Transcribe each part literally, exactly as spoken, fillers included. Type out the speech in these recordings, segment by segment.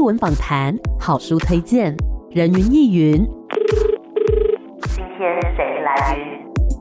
文访谈、好书推荐、人云亦云。 今天谁来云？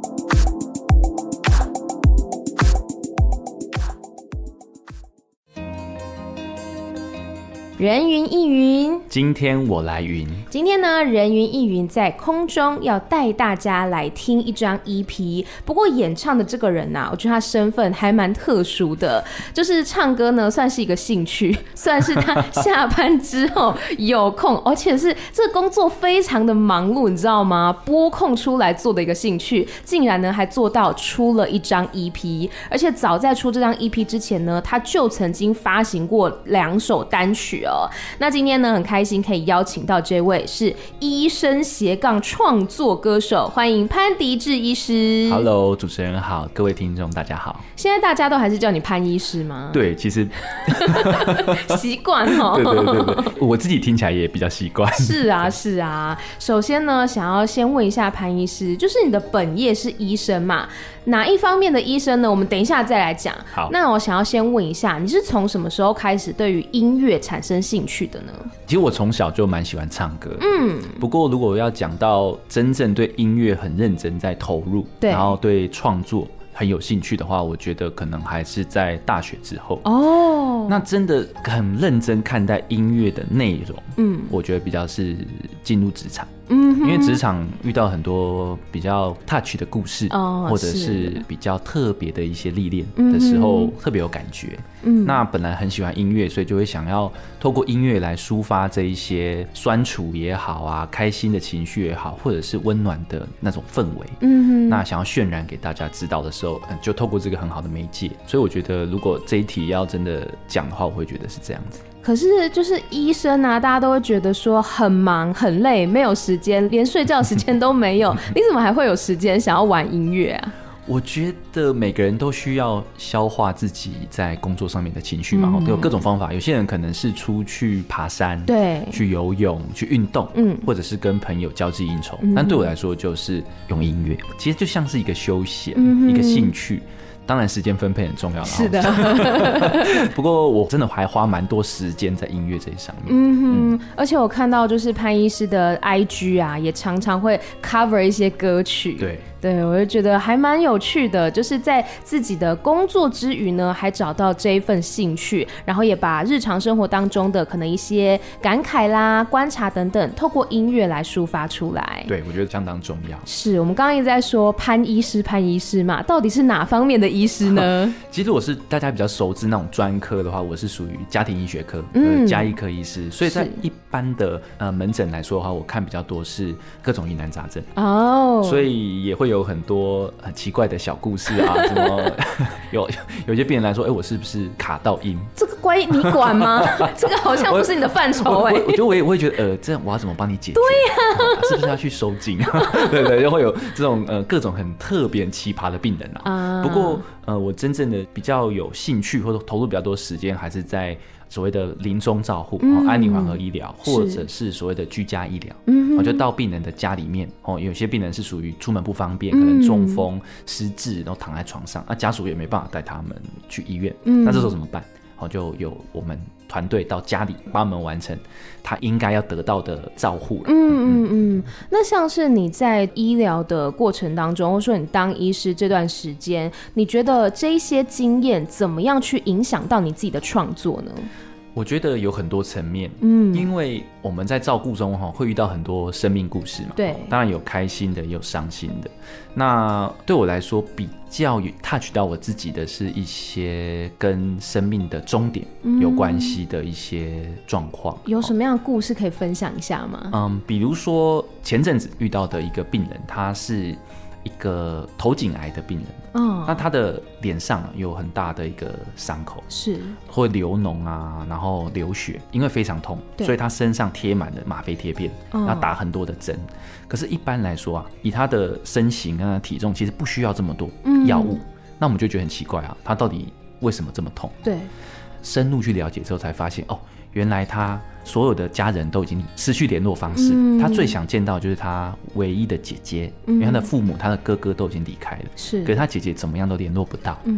人云亦云， 今天我来云。 今天呢，人云亦云在空中要带大家来听一张 E P。不过演唱的这个人啊，我觉得他身份还蛮特殊的，就是唱歌呢算是一个兴趣，算是他下班之后有空，而且是这个工作非常的忙碌，你知道吗？拨空出来做的一个兴趣，竟然呢还做到出了一张 E P， 而且早在出这张 E P 之前呢，他就曾经发行过两首单曲哦。那今天呢，很开心可以邀请到这位是医生斜杠创作歌手，欢迎潘迪志医师。 Hello， 主持人好，各位听众大家好。 现在大家都还是叫你潘医师吗？ 对，其实习惯哦。 对对对对，我自己听起来也比较习惯。 是啊是啊。首先呢，想要先问一下潘医师，就是你的本业是医生嘛？哪一方面的医生呢？我们等一下再来讲。 好， 那我想要先问一下，你是从什么时候开始对于音乐产生兴趣的呢？ 其实我从小就蛮喜欢唱歌，嗯，不过如果要讲到真正对音乐很认真在投入，对，然后对创作很有兴趣的话，我觉得可能还是在大学之后哦。那真的很认真看待音乐的内容，嗯，我觉得比较是进入职场。嗯，因为职场遇到很多比较 touch 的故事，哦，或者是比较特别的一些历练的时候，嗯，特别有感觉。嗯，那本来很喜欢音乐，所以就会想要透过音乐来抒发这一些酸楚也好啊，开心的情绪也好，或者是温暖的那种氛围。嗯，那想要渲染给大家知道的时候，就透过这个很好的媒介。所以我觉得，如果这一题要真的讲的话，我会觉得是这样子。 可是就是医生啊，大家都会觉得说很忙很累，没有时间，连睡觉时间都没有。你怎么还会有时间想要玩音乐啊？ 我觉得每个人都需要消化自己在工作上面的情绪嘛，嗯，都有各种方法。有些人可能是出去爬山，对，去游泳，去运动，嗯，或者是跟朋友交际应酬。嗯，但对我来说，就是用音乐，其实就像是一个休闲，嗯，一个兴趣。当然时间分配很重要， 是的。 不过我真的还花蛮多时间在音乐这一上面。 嗯哼，嗯，而且我看到就是潘医师的 I G 啊，也常常会 cover 一些歌曲。对。对，我就觉得还蛮有趣的，就是在自己的工作之余呢，还找到这一份兴趣，然后也把日常生活当中的可能一些感慨啦、观察等等，透过音乐来抒发出来。 对，我觉得相当重要。 是我们刚刚一直在说潘医师、潘医师嘛，到底是哪方面的医师呢？ 其实我是大家比较熟知那种专科的话，我是属于家庭医学科，嗯，家医科医师，所以在一般的呃门诊来说的话，我看比较多是各种疑难杂症哦，所以也会有很多很奇怪的小故事啊，什么有有些病人来说，哎，我是不是卡到音？ 这个关你管吗？这个好像不是你的范畴哎。 我觉得我也会觉得，呃，这样我要怎么帮你解决？对呀，啊，是不是要去收紧？对对，就会有这种呃各种很特别奇葩的病人啊。啊不过呃，我真正的比较有兴趣或者投入比较多时间，还是在所谓的临终照护、嗯、安宁缓和医疗，或者是所谓的居家医疗，嗯，我就到病人的家里面，哦，有些病人是属于出门不方便，可能中风、失智，然后躺在床上，那家属也没办法带他们去医院，嗯，那这时候怎么办？哦，就有我们团队到家里帮他们完成他应该要得到的照护。 嗯嗯嗯。那像是你在医疗的过程当中，或者说你当医师这段时间，你觉得这一些经验怎么样去影响到你自己的创作呢？ 我觉得有很多层面，嗯，因为我们在照顾中会遇到很多生命故事嘛，对，当然有开心的，也有伤心的。那对我来说，比较 touch 到我自己的是一些跟生命的终点有关系的一些状况。嗯， 有什么样的故事可以分享一下吗？ 嗯，比如说前阵子遇到的一个病人，他是一个头颈癌的病人，哦，那他的脸上有很大的一个伤口，是会流脓啊，然后流血，因为非常痛，所以他身上贴满了吗啡贴片，哦，要打很多的针。可是一般来说啊，以他的身形跟他的体重，其实不需要这么多药物，嗯，那我们就觉得很奇怪啊，他到底为什么这么痛？对，深入去了解之后才发现，哦，原来他所有的家人都已经失去联络方式，嗯，他最想见到就是他唯一的姐姐，嗯，因为他的父母他的哥哥都已经离开了，是，可是他姐姐怎么样都联络不到，嗯，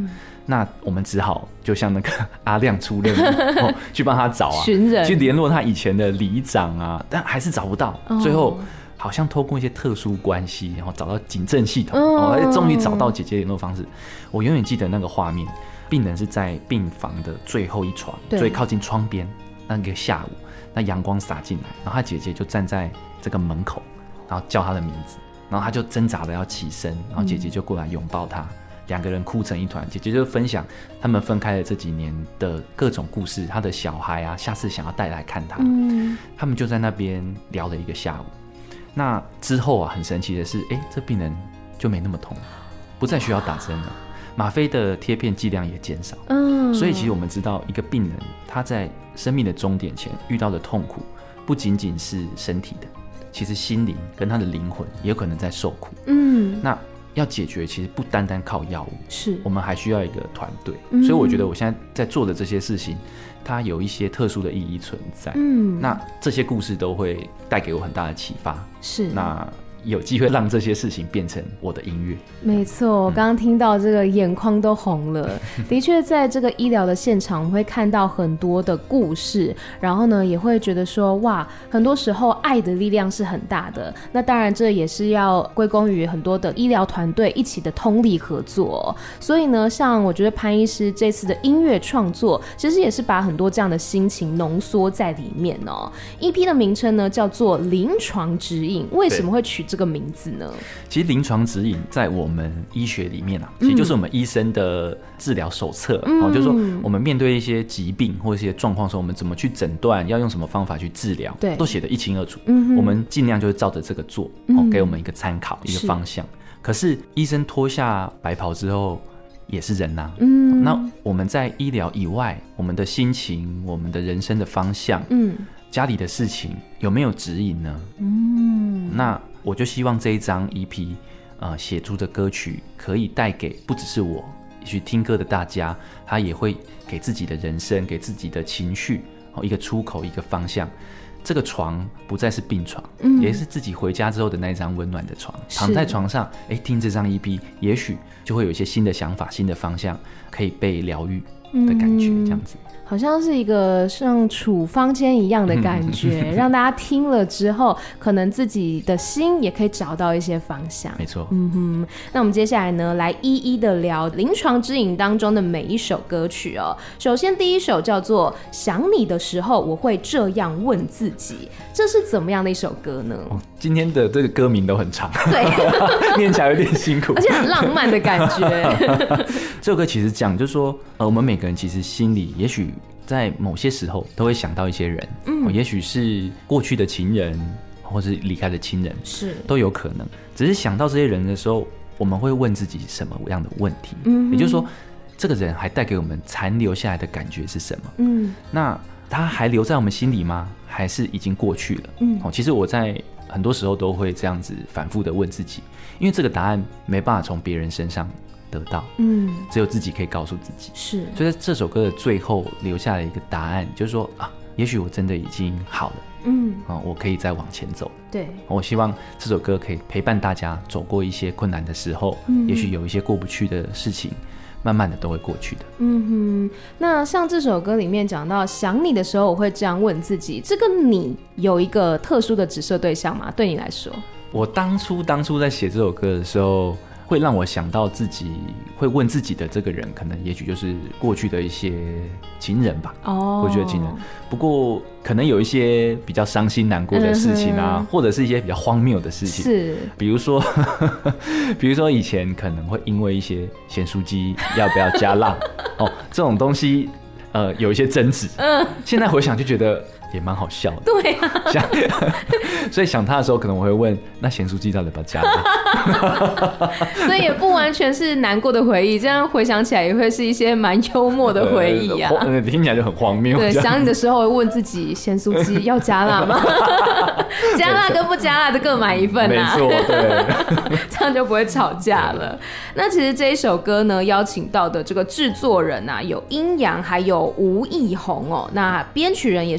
那我们只好就像那个阿亮出任务、哦、去帮他找啊， 寻人去联络他以前的里长啊，但还是找不到。哦、最后好像透过一些特殊关系，然后找到警政系统，哦，终于找到姐姐联络方式。我永远记得那个画面，病人是在病房的最后一床，最靠近窗边。那个下午，那阳光洒进来，然后他姐姐就站在这个门口，然后叫他的名字，然后他就挣扎的要起身，然后姐姐就过来拥抱他，两、嗯、个人哭成一团。姐姐就分享他们分开的这几年的各种故事，他的小孩啊，下次想要带来看他。嗯，他们就在那边聊了一个下午。那之后啊，很神奇的是，哎，这病人就没那么痛，不再需要打针了。吗啡的贴片剂量也减少，嗯，所以其实我们知道，一个病人他在生命的终点前遇到的痛苦，不仅仅是身体的，其实心灵跟他的灵魂也有可能在受苦，嗯，那要解决其实不单单靠药物，是我们还需要一个团队，嗯，所以我觉得我现在在做的这些事情，它有一些特殊的意义存在，嗯，那这些故事都会带给我很大的启发，是那。有机会让这些事情变成我的音乐。 没错，我刚刚听到这个眼眶都红了。的确，在这个医疗的现场，我们会看到很多的故事，然后呢，也会觉得说，哇，很多时候爱的力量是很大的。那当然，这也是要归功于很多的医疗团队一起的通力合作。所以呢，像我觉得潘医师这次的音乐创作，其实也是把很多这样的心情浓缩在里面哦。E P 的名称呢叫做《临床指引》，为什么会取这个名字呢？ 其实临床指引在我们医学里面啊，其实就是我们医生的治疗手册，嗯哦，就是说我们面对一些疾病或一些状况的时候，我们怎么去诊断，要用什么方法去治疗，对，都写得一清二楚。嗯，我们尽量就是照着这个做，哦，给我们一个参考，一个方向。可是医生脱下白袍之后也是人啊，嗯，那我们在医疗以外，我们的心情，我们的人生的方向，嗯，家里的事情有没有指引呢？嗯，那我就希望这一张 E P 呃写出的歌曲可以带给不只是我也许听歌的大家，他也会给自己的人生，给自己的情绪一个出口，一个方向。这个床不再是病床，嗯，也是自己回家之后的那一张温暖的床，躺在床上，哎，听这张 E P， 也许就会有一些新的想法，新的方向，可以被疗愈的感觉，嗯，这样子。 好像是一个像处方签一样的感觉，让大家听了之后，可能自己的心也可以找到一些方向。 没错， 嗯哼。那我们接下来呢，来一一的聊《临床指引》当中的每一首歌曲哦。首先第一首叫做《想你的时候我会这样问自己》，这是怎么样的一首歌呢？ 哦，今天的这个歌名都很长， 对， 念起来有点辛苦， 而且很浪漫的感觉。 这首歌其实讲就是说，呃，我们每个人其实心里也许在某些时候都会想到一些人，嗯，也许是过去的情人，或是离开的亲人，是都有可能。只是想到这些人的时候，我们会问自己什么样的问题？嗯，也就是说，这个人还带给我们残留下来的感觉是什么？嗯，那他还留在我们心里吗？还是已经过去了？嗯，哦，其实我在很多时候都会这样子反复的问自己，因为这个答案没办法从别人身上得到，嗯，只有自己可以告诉自己，是。所以在这首歌的最后留下了一个答案，就是说啊，也许我真的已经好了，嗯，啊，我可以再往前走。对，我希望这首歌可以陪伴大家走过一些困难的时候，嗯，也许有一些过不去的事情，慢慢的都会过去的。 嗯哼，那像这首歌里面讲到想你的时候，我会这样问自己，这个你有一个特殊的指涉对象吗？对你来说？ 我当初当初在写这首歌的时候，会让我想到自己会问自己的这个人，可能也许就是过去的一些情人吧。哦，我觉得情人，不过可能有一些比较伤心难过的事情啊，嗯，或者是一些比较荒谬的事情，是，比如说，比如说以前可能会因为一些咸酥鸡要不要加辣哦这种东西，呃，有一些争执。嗯，现在回想就觉得也蛮好笑的。 对啊， 所以想他的时候，可能我会问：那咸酥鸡到底要不要加辣？ 所以也不完全是难过的回忆，这样回想起来也会是一些蛮幽默的回忆啊。 呃，听起来就很荒谬。 对，想你的时候会问自己：咸酥鸡要加辣吗？加辣跟不加辣的各买一份啊。 没错，对， 这样就不会吵架了。那其实这一首歌呢，邀请到的这个制作人啊，有阴阳，还有吴亦宏哦。那编曲人也是吴亦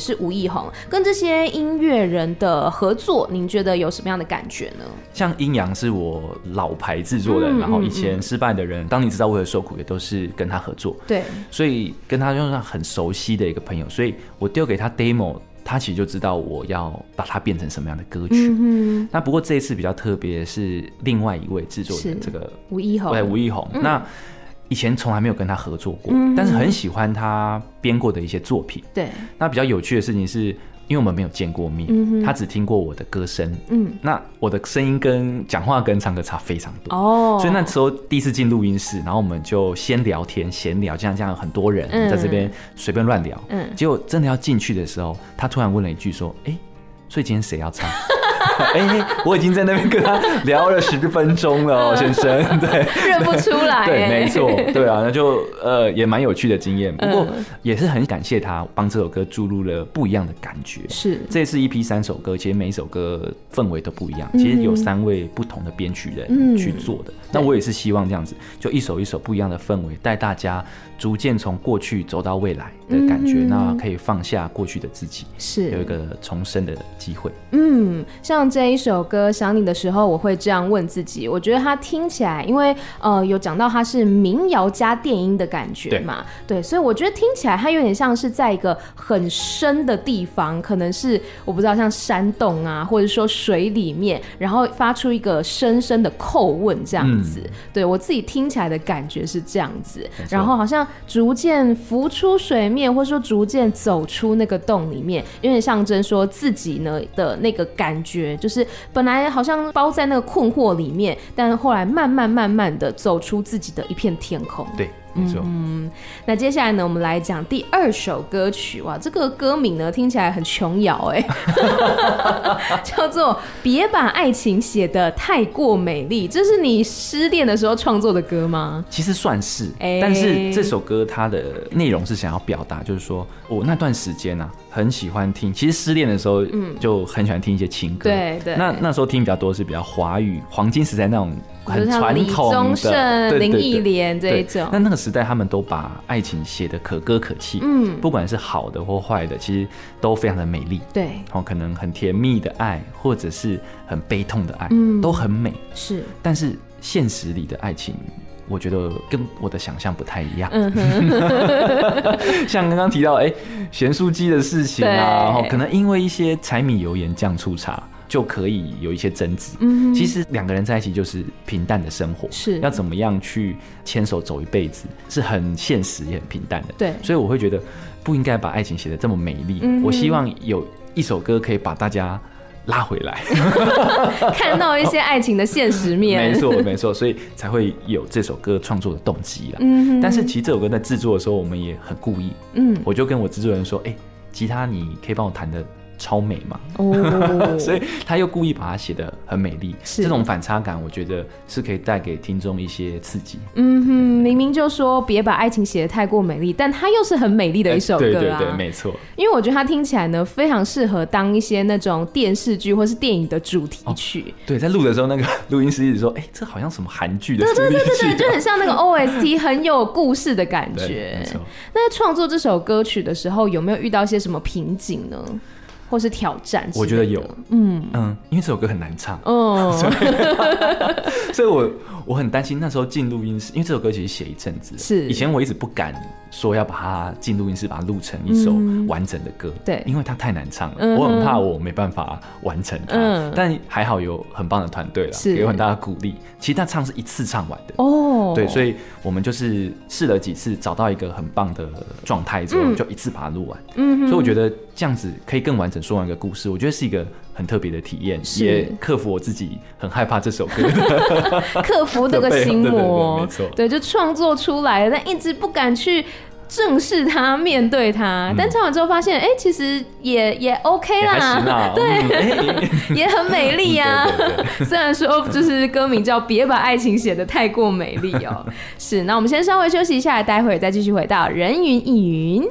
艺宏，跟这些音乐人的合作，您觉得有什么样的感觉呢？ 像阴阳是我老牌制作人、嗯、然后以前失败的人、嗯、当你知道为何受苦也都是跟他合作，对，所以跟他就是很熟悉的一个朋友，所以我丢给他 demo，他其实就知道我要把它变成什么样的歌曲、嗯、那不过这一次比较特别的是另外一位制作人，这个吴艺宏， 对，吴艺宏、嗯、那以前从来没有跟他合作过、嗯、但是很喜欢他编过的一些作品，对，那比较有趣的事情是因为我们没有见过面、嗯、他只听过我的歌声，嗯，那我的声音跟讲话跟唱歌差非常多哦，所以那时候第一次进录音室，然后我们就先聊天闲聊，这样这样有很多人在这边随便乱聊，嗯，结果真的要进去的时候，他突然问了一句说，哎、欸，所以今天谁要唱？哎、欸，我已经在那边跟他聊了十分钟了哦，先生，对， 认不出来， 对，没错，对啊，那就呃也蛮有趣的经验，不过也是很感谢他帮这首歌注入了不一样的感觉。是，这次 E P 三首歌，其实每一首歌氛围都不一样，其实有三位不同的编曲人去做的。嗯、那我也是希望这样子，就一首一首不一样的氛围，带大家逐渐从过去走到未来的感觉，嗯、那可以放下过去的自己，是有一个重生的机会。嗯， 像这一首歌《想你的时候》，我会这样问自己，我觉得它听起来，因为呃有讲到它是民谣加电音的感觉嘛， 对， 对，所以我觉得听起来它有点像是在一个很深的地方，可能是我不知道像山洞啊，或者说水里面，然后发出一个深深的叩问这样子。嗯、对我自己听起来的感觉是这样子，然后好像逐渐浮出水面，或者说逐渐走出那个洞里面，有点象征说自己呢的那个感觉，就是本来好像包在那个困惑里面，但后来慢慢慢慢的走出自己的一片天空。 对，没错。 嗯，那接下来呢，我们来讲第二首歌曲。哇，这个歌名呢听起来很琼瑶哎，叫做《别把爱情写得太过美丽》。这是你失恋的时候创作的歌吗？ 其实算是，欸、但是这首歌它的内容是想要表达，就是说我那段时间啊，很喜欢听，其实失恋的时候就很喜欢听一些情歌。对对。那那时候听比较多是比较华语黄金时代那种很传统的，李宗盛、林忆莲这一种。 那那个时代他们都把爱情写得可歌可泣，嗯，不管是好的或坏的，其实都非常的美丽。对，哦，可能很甜蜜的爱，或者是很悲痛的爱，嗯，都很美。是，但是现实里的爱情，我觉得跟我的想象不太一样。嗯、像刚刚提到，哎、欸，咸酥鸡的事情啊，可能因为一些柴米油盐酱醋茶，就可以有一些争执。嗯，其实两个人在一起就是平淡的生活，是要怎么样去牵手走一辈子，是很现实也很平淡的。对，所以我会觉得不应该把爱情写得这么美丽。嗯，我希望有一首歌可以把大家拉回来， 看到一些爱情的现实面。 没错，没错，所以才会有这首歌创作的动机啦。嗯，但是其实这首歌在制作的时候，我们也很故意。嗯，我就跟我制作人说，哎、欸，吉他你可以帮我弹的超美嘛，哦，所以他又故意把它写得很美丽，这种反差感，我觉得是可以带给听众一些刺激。嗯哼， 明明就说别把爱情写得太过美丽，但它又是很美丽的一首歌啊。欸、对对对， 没错。 因为我觉得它听起来呢，非常适合当一些那种电视剧或是电影的主题曲。 哦、对，在录的时候，那个录音师一直说，哎、欸，这好像什么韩剧的主题曲、啊。 对对对对，就很像那个 O S T， 很有故事的感觉。没错。那在创作这首歌曲的时候，有没有遇到一些什么瓶颈呢？或是挑战？ 我觉得有，嗯嗯，因为这首歌很难唱，哦，所以，所以我我很担心那时候进录音室，因为这首歌其实写一阵子，是以前我一直不敢说要把它进录音室，把它录成一首完整的歌，对、嗯，因为它太难唱了，嗯、我很怕我没办法完成它，嗯、但还好有很棒的团队了，给我很大的鼓励。其实他唱是一次唱完的，哦，对，所以我们就是试了几次，找到一个很棒的状态之后，嗯、就一次把它录完，嗯，所以我觉得这样子可以更完整说完一个故事，我觉得是一个很特别的体验，也克服我自己很害怕这首歌的克服这个心魔，没错，对，就创作出来了，但一直不敢去正视它，面对它、嗯，但唱完之后发现，哎、欸，其实也也 OK 啦，也还行啦，对，嗯、也很美丽啊。对对对，虽然说就是歌名叫《别把爱情写得太过美丽》哦，是。那我们先稍微休息一下，待会儿再继续回到人云亦云。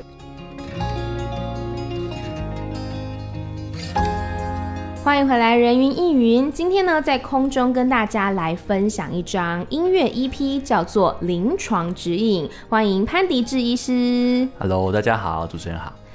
欢迎回来，人云亦云。今天呢，在空中跟大家来分享一张音乐 E P， 叫做《临床指引》。欢迎潘迪志医师。 Hello， 大家好，主持人好。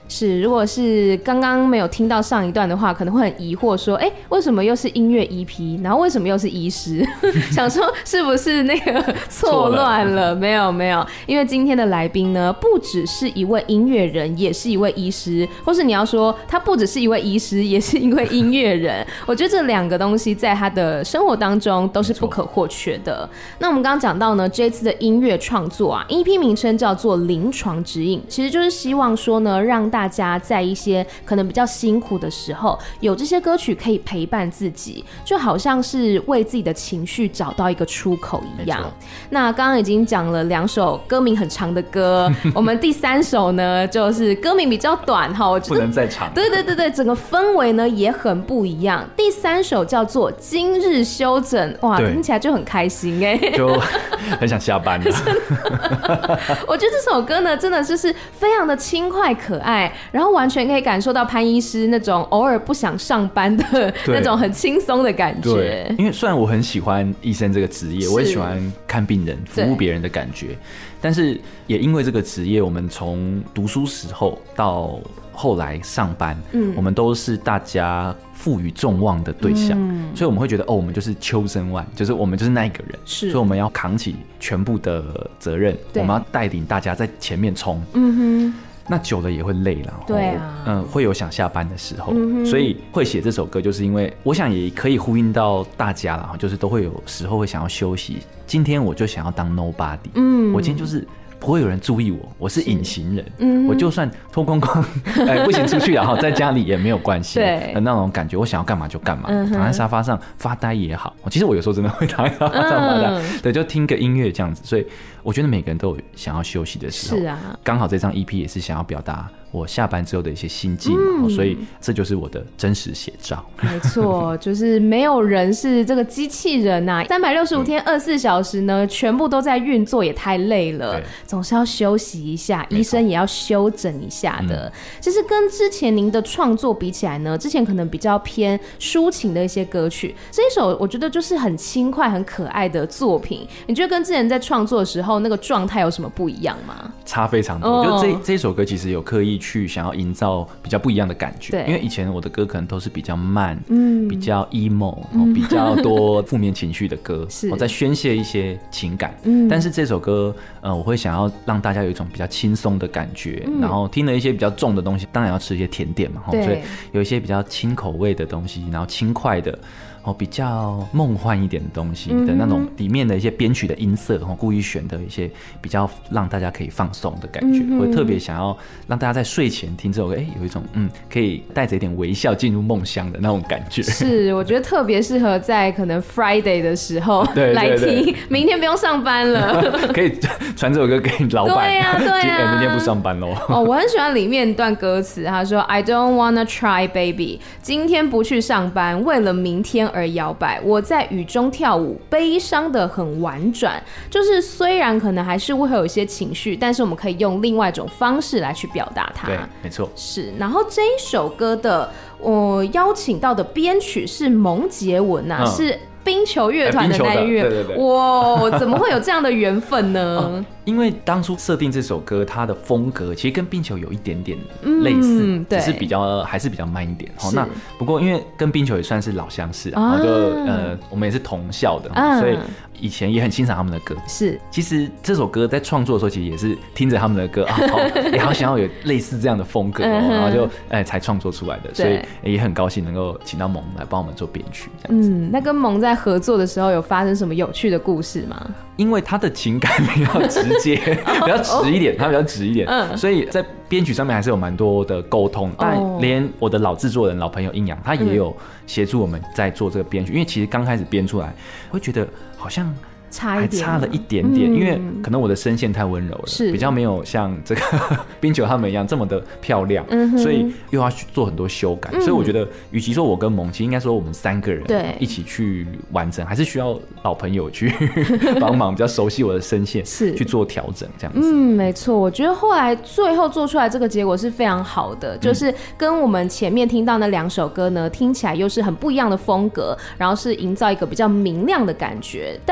是，如果是刚刚没有听到上一段的话，可能会很疑惑说，哎、欸，为什么又是音乐 E P， 然后为什么又是医师？想说是不是那个错乱了？没有没有，因为今天的来宾呢，不只是一位音乐人，也是一位医师，或是你要说他不只是一位医师，也是一位音乐人。我觉得这两个东西在他的生活当中都是不可或缺的。那我们刚刚讲到呢，这次的音乐创作啊 ，E P 名称叫做《临床指引》，其实就是希望说呢，让大家在一些可能比较辛苦的时候，有这些歌曲可以陪伴自己，就好像是为自己的情绪找到一个出口一样。那刚刚已经讲了两首歌名很长的歌，我们第三首呢，就是歌名比较短哈，我觉得不能再长。 对对对对，整个氛围呢也很不一样。第三首叫做《今日休整》，哇，听起来就很开心哎、欸， 就很想下班了。 我觉得这首歌呢，真的就是非常的轻快可爱，然后完全可以感受到潘医师那种偶尔不想上班的那种很轻松的感觉。 对，因为虽然我很喜欢医生这个职业，我也喜欢看病人、服务别人的感觉，但是也因为这个职业，我们从读书时候到后来上班，嗯，我们都是大家赋予众望的对象，嗯，所以我们会觉得哦，我们就是 chosen one， 就是我们就是那一个人，是，所以我们要扛起全部的责任，我们要带领大家在前面冲，嗯哼。那久了也会累了，对啊，嗯，会有想下班的时候，嗯，所以会写这首歌，就是因为我想也可以呼应到大家啦，就是都会有时候会想要休息。今天我就想要当 nobody，嗯，我今天就是不会有人注意我，我是隐形人，嗯，我就算脱光光，哎，不行出去，然后在家里也没有关系，对，那种感觉，我想要干嘛就干嘛，嗯，躺在沙发上发呆也好。其实我有时候真的会躺在沙发上发呆，嗯，对，就听个音乐这样子。所以我觉得每个人都有想要休息的时候，是啊，刚好这张 E P 也是想要表达我下班之后的一些心境，嗯，所以这就是我的真实写照。 没错，就是没有人是这个机器人啊，三百六十五天二十四小时呢，全部都在运作，也太累了，总是要休息一下，医生也要休整一下的。嗯，其实跟之前您的创作比起来呢，之前可能比较偏抒情的一些歌曲，这一首我觉得就是很轻快、很可爱的作品。你觉得跟之前在创作的时候那个状态有什么不一样吗？ 差非常多。哦，就这这首歌其实有刻意去想要营造比较不一样的感觉，因为以前我的歌可能都是比较慢，嗯，比较 emo，嗯，比较多负面情绪的歌，我在宣泄一些情感，嗯，但是这首歌，呃，我会想要让大家有一种比较轻松的感觉，嗯，然后听了一些比较重的东西，当然要吃一些甜点嘛，所以有一些比较轻口味的东西，然后轻快的。比较梦幻一点的东西的那种里面的一些编曲的音色，故意选的一些比较让大家可以放松的感觉，我特别想要让大家在睡前听这首歌，哎，有一种嗯可以带着一点微笑进入梦乡的那种感觉。是，我觉得特别适合在可能 Friday 的时候来听，明天不用上班了，可以传这首歌给老板。对呀，对呀，明天不上班喽。哦，我很喜欢里面一段歌词，他说 I don't wanna try baby， 今天不去上班，为了明天而摇摆，我在雨中跳舞，悲伤的很婉转，就是虽然可能还是会有一些情绪，但是我们可以用另外一种方式来去表达它。对，没错，是。然后这一首歌的我邀请到的编曲是蒙杰文啊，嗯，是冰球乐团的那一乐，对对对，哇，怎么会有这样的缘分呢？哦，因为当初设定这首歌，它的风格其实跟冰球有一点点类似，嗯，只是比较还是比较慢一点。哦，那不过因为跟冰球也算是老相识，啊，然后就呃，我们也是同校的，啊，所以以前也很欣赏他们的歌。是，其实这首歌在创作的时候，其实也是听着他们的歌啊，好，也好想要有类似这样的风格，哦，然后就哎才创作出来的，所以也很高兴能够请到蒙来帮我们做编曲。嗯，那跟蒙在合作的时候有发生什么有趣的故事吗？因为他的情感比较直接，比较直一点，他比较直一点，嗯，所以在编曲上面还是有蛮多的沟通。但连我的老制作人、老朋友阴阳，他也有协助我们在做这个编曲，因为其实刚开始编出来，会觉得好像差一点，还差了一点点，嗯，因为可能我的声线太温柔了，是比较没有像这个冰球他们一样这么的漂亮，嗯，所以又要去做很多修改，嗯，所以我觉得，与其说我跟蒙，其实应该说我们三个人一起去完成，还是需要老朋友去帮忙，比较熟悉我的声线，是去做调整这样子。嗯，没错，我觉得后来最后做出来这个结果是非常好的，嗯，就是跟我们前面听到那两首歌呢，听起来又是很不一样的风格，然后是营造一个比较明亮的感觉，但是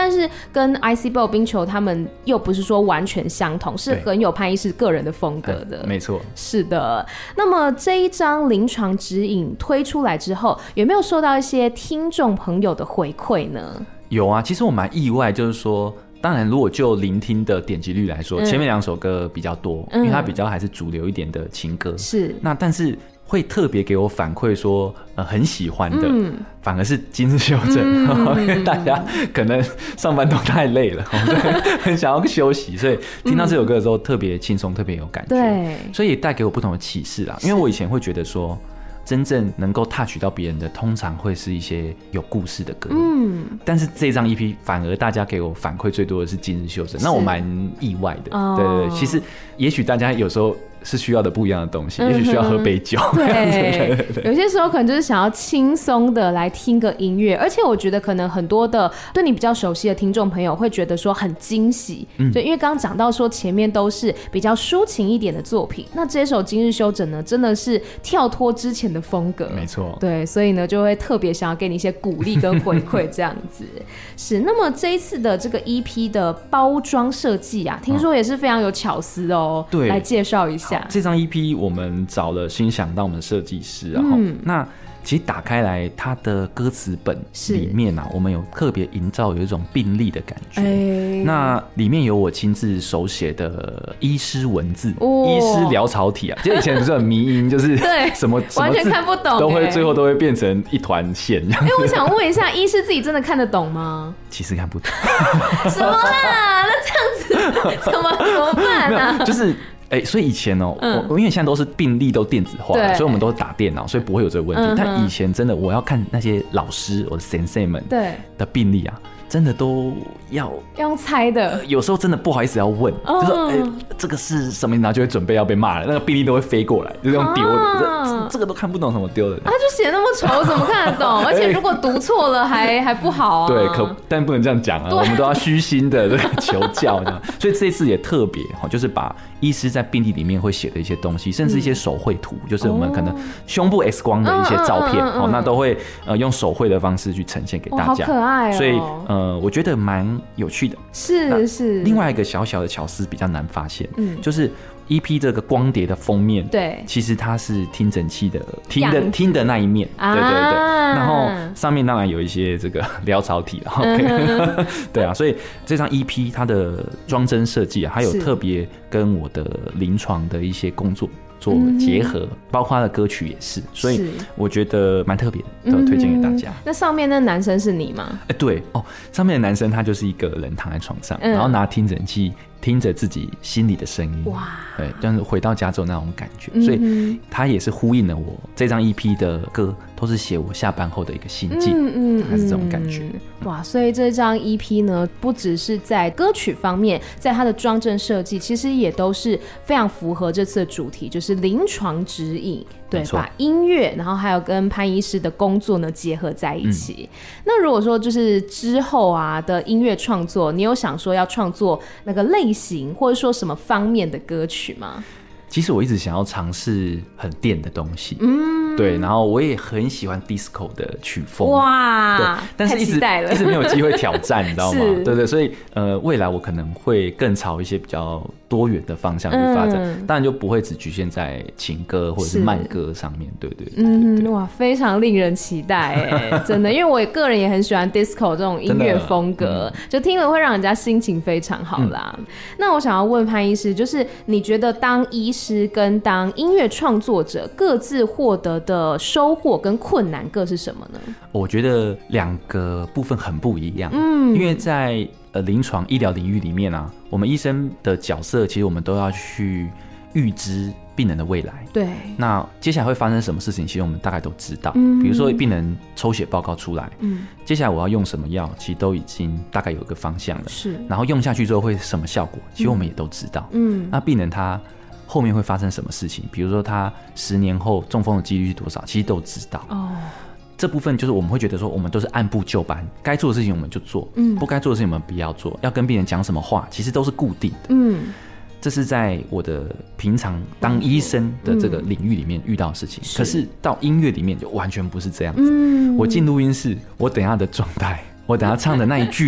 跟 I C Bell 冰球他们又不是说完全相同，是很有潘医师个人的风格的。 没错， 是的。那么这一张临床指引推出来之后，有没有受到一些听众朋友的回馈呢？ 有啊，其实我蛮意外，就是说。当然，如果就聆听的点击率来说，嗯、前面两首歌比较多，嗯、因为它比较还是主流一点的情歌。是。那但是会特别给我反馈说，呃，很喜欢的，嗯、反而是今日修正，嗯、因为大家可能上班都太累了，很想要休息，所以听到这首歌的时候特别轻松，特别有感觉。对。所以也带给我不同的启示啦，因为我以前会觉得说。真正能够 touch 到别人的，通常会是一些有故事的歌。嗯，但是这张 E P 反而大家给我反馈最多的是今日修正，那我蛮意外的。哦、对对对，其实也许大家有时候。是需要的不一样的东西，嗯、也许需要喝杯酒。对，对对对，有些时候可能就是想要轻松的来听个音乐，而且我觉得可能很多的对你比较熟悉的听众朋友会觉得说很惊喜，嗯，对，因为刚刚讲到说前面都是比较抒情一点的作品，那这首《今日修整》呢，真的是跳脱之前的风格， 没错， 对，所以呢就会特别想要给你一些鼓励跟回馈这样子。是，那么这一次的这个 E P 的包装设计啊，听说也是非常有巧思哦，对，来介绍一下。 这张 E P 我们找了新想到我们的设计师啊，嗯、那其实打开来它的歌词本里面啊，我们有特别营造有一种病历的感觉。欸、那里面有我亲自手写的医师文字，哦、医师潦草体啊，就以前不是很迷因，就是对什么完全看不懂， 都会最后都会变成一团线。 哎、欸，我想问一下，医师自己真的看得懂吗？ 其实看不懂。 什么啦？那这样子怎么怎么办啊？ 就是。哎、欸，所以以前哦、喔，嗯、我因为现在都是病历都电子化，所以我们都打电脑，所以不会有这个问题。嗯、但以前真的，我要看那些老师，我的先生们的病历啊，真的都要用猜的、呃， 有时候真的不好意思要问，哦、就说哎、欸，这个是什么？然后就会准备要被骂了，那个病历都会飞过来，就用丢的、啊这，这个都看不懂怎么丢的。 他就写那么丑，怎么看得懂？而且如果读错了还还不好啊。 对，可但不能这样讲啊，我们都要虚心的这个求教这样。所以这次也特别哈，就是把医师在病历里面会写的一些东西，甚至一些手绘图，嗯、就是我们可能胸部 X 光的一些照片，哦、嗯嗯嗯嗯，那都会呃用手绘的方式去呈现给大家。 好可爱哦！ 所以呃，我觉得蛮有趣的。 是是。 另外一个小小的巧思比较难发现，嗯，就是 E P 这个光碟的封面，对，其实它是听诊器的听的听的那一面，啊、对对对。然后上面当然有一些这个潦草体了 ，OK， 嗯、对啊，所以这张 E P 它的装帧设计啊，还有特别跟我的临床的一些工作做结合，嗯、包括它的歌曲也是，所以我觉得蛮特别的，都推荐给大家。 嗯、那上面那男生是你吗？ 哎、欸，对哦，上面的男生他就是一个人躺在床上，嗯、然后拿听诊器听着自己心里的声音，哇，对，就是回到家之后那种感觉，嗯、所以他也是呼应了我这张 E P 的歌，都是写我下班后的一个心境，嗯嗯，还是这种感觉。嗯、 哇，所以这张 E P 呢，不只是在歌曲方面，在它的装帧设计，其实也都是非常符合这次的主题，就是临床指引。对，把音乐，然后还有跟潘医师的工作呢结合在一起。嗯、那如果说就是之后啊的音乐创作，你有想说要创作那个类型，或者说什么方面的歌曲吗？ 其实我一直想要尝试很电的东西，嗯，对，然后我也很喜欢 disco 的曲风，哇，对，但是一直一直没有机会挑战，你知道吗？对对，所以呃，未来我可能会更朝一些比较多元的方向去发展，嗯、当然就不会只局限在情歌或者是慢歌上面，对对 对, 对, 对, 对， 嗯，哇，非常令人期待哎，真的，因为我个人也很喜欢 disco 这种音乐风格，嗯、就听了会让人家心情非常好啦。嗯、那我想要问潘医师，就是你觉得当医师跟当音乐创作者各自获得的收获跟困难各是什么呢？ 我觉得两个部分很不一样，嗯，因为在呃临床医疗领域里面啊，我们医生的角色其实我们都要去预知病人的未来，对，那接下来会发生什么事情，其实我们大概都知道，嗯，比如说病人抽血报告出来，嗯，接下来我要用什么药，其实都已经大概有一个方向了，是，然后用下去之后会什么效果，其实我们也都知道，嗯，那病人他后面会发生什么事情，比如说他十年后中风的几率是多少，其实都知道哦。这部分就是我们会觉得说，我们都是按部就班，该做的事情我们就做，嗯，不该做的事情我们不要做，要跟病人讲什么话，其实都是固定的，嗯。这是在我的平常当医生的这个领域里面遇到的事情，嗯、可是到音乐里面就完全不是这样子。嗯、我进录音室，我等一下的状态，我等一下唱的那一句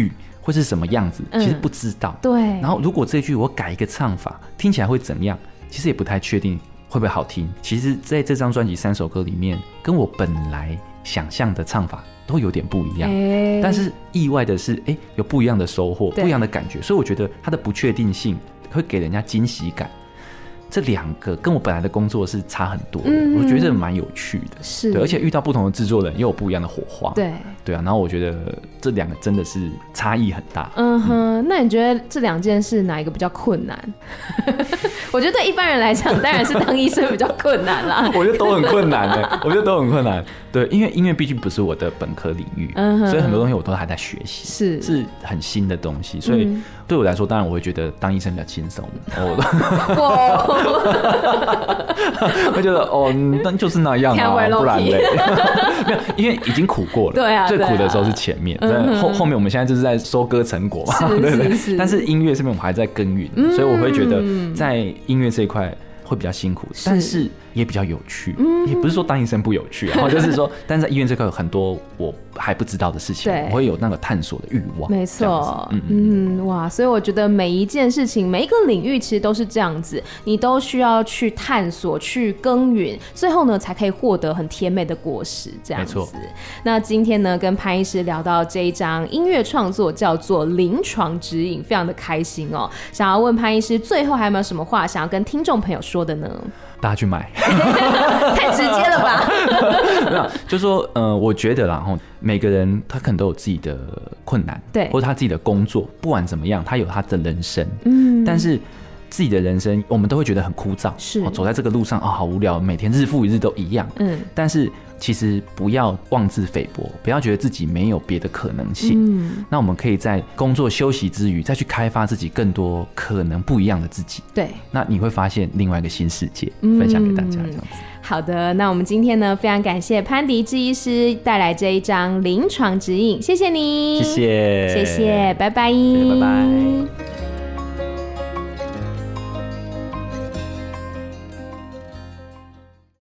会是什么样子，其实不知道。 嗯、对。 然后如果这句我改一个唱法，听起来会怎样？其实也不太确定会不会好听。其实在这张专辑三首歌里面，跟我本来想象的唱法都有点不一样。欸、但是意外的是，哎、欸，有不一样的收获，不一样的感觉。所以我觉得它的不确定性会给人家惊喜感。这两个跟我本来的工作是差很多的，嗯、我觉得蛮有趣的， 是， 对，而且遇到不同的制作人又有不一样的火花， 对， 对啊，然后我觉得这两个真的是差异很大。 嗯哼，嗯那你觉得这两件事哪一个比较困难？我觉得对一般人来讲，当然是当医生比较困难啦。 我觉得都很困难的，我觉得都很困难。对，因为音乐毕竟不是我的本科领域，嗯、所以很多东西我都还在学习， 是是很新的东西，所以对我来说，当然我会觉得当医生比较轻松。我会觉得哦，但就是那样啊，不然嘞，没有，因为已经苦过了。 对啊， 最苦的时候是前面，嗯、后后面我们现在就是在收割成果嘛，对不对？但是音乐这边我们还在耕耘，嗯、所以我会觉得在音乐这一块会比较辛苦，是但是也比较有趣。嗯、也不是说当医生不有趣，然后就是说，但是在医院这块有很多我还不知道的事情，我会有那个探索的欲望。 没错，嗯嗯，哇，所以我觉得每一件事情、每一个领域其实都是这样子，你都需要去探索、去耕耘，最后呢才可以获得很甜美的果实。这样子。那今天呢，跟潘医师聊到这一张音乐创作叫做《临床指引》，非常的开心哦。想要问潘医师，最后还有没有什么话想要跟听众朋友说的呢？ 大家去买， 太直接了吧？ 没有，就是说，呃，我觉得啦，每个人他可能都有自己的困难， 对， 或者他自己的工作，不管怎么样，他有他的人生，嗯，但是自己的人生，我们都会觉得很枯燥， 是、 哦、走在这个路上啊、哦，好无聊，每天日复一日都一样，嗯，但是其实不要妄自菲薄，不要觉得自己没有别的可能性，嗯，那我们可以在工作休息之余，再去开发自己更多可能不一样的自己， 对， 那你会发现另外一个新世界，嗯、分享给大家这样子。 好的，那我们今天呢，非常感谢潘迪志医师带来这一张临床指引，谢谢你， 谢谢， 谢谢，拜拜， 谢谢，拜拜。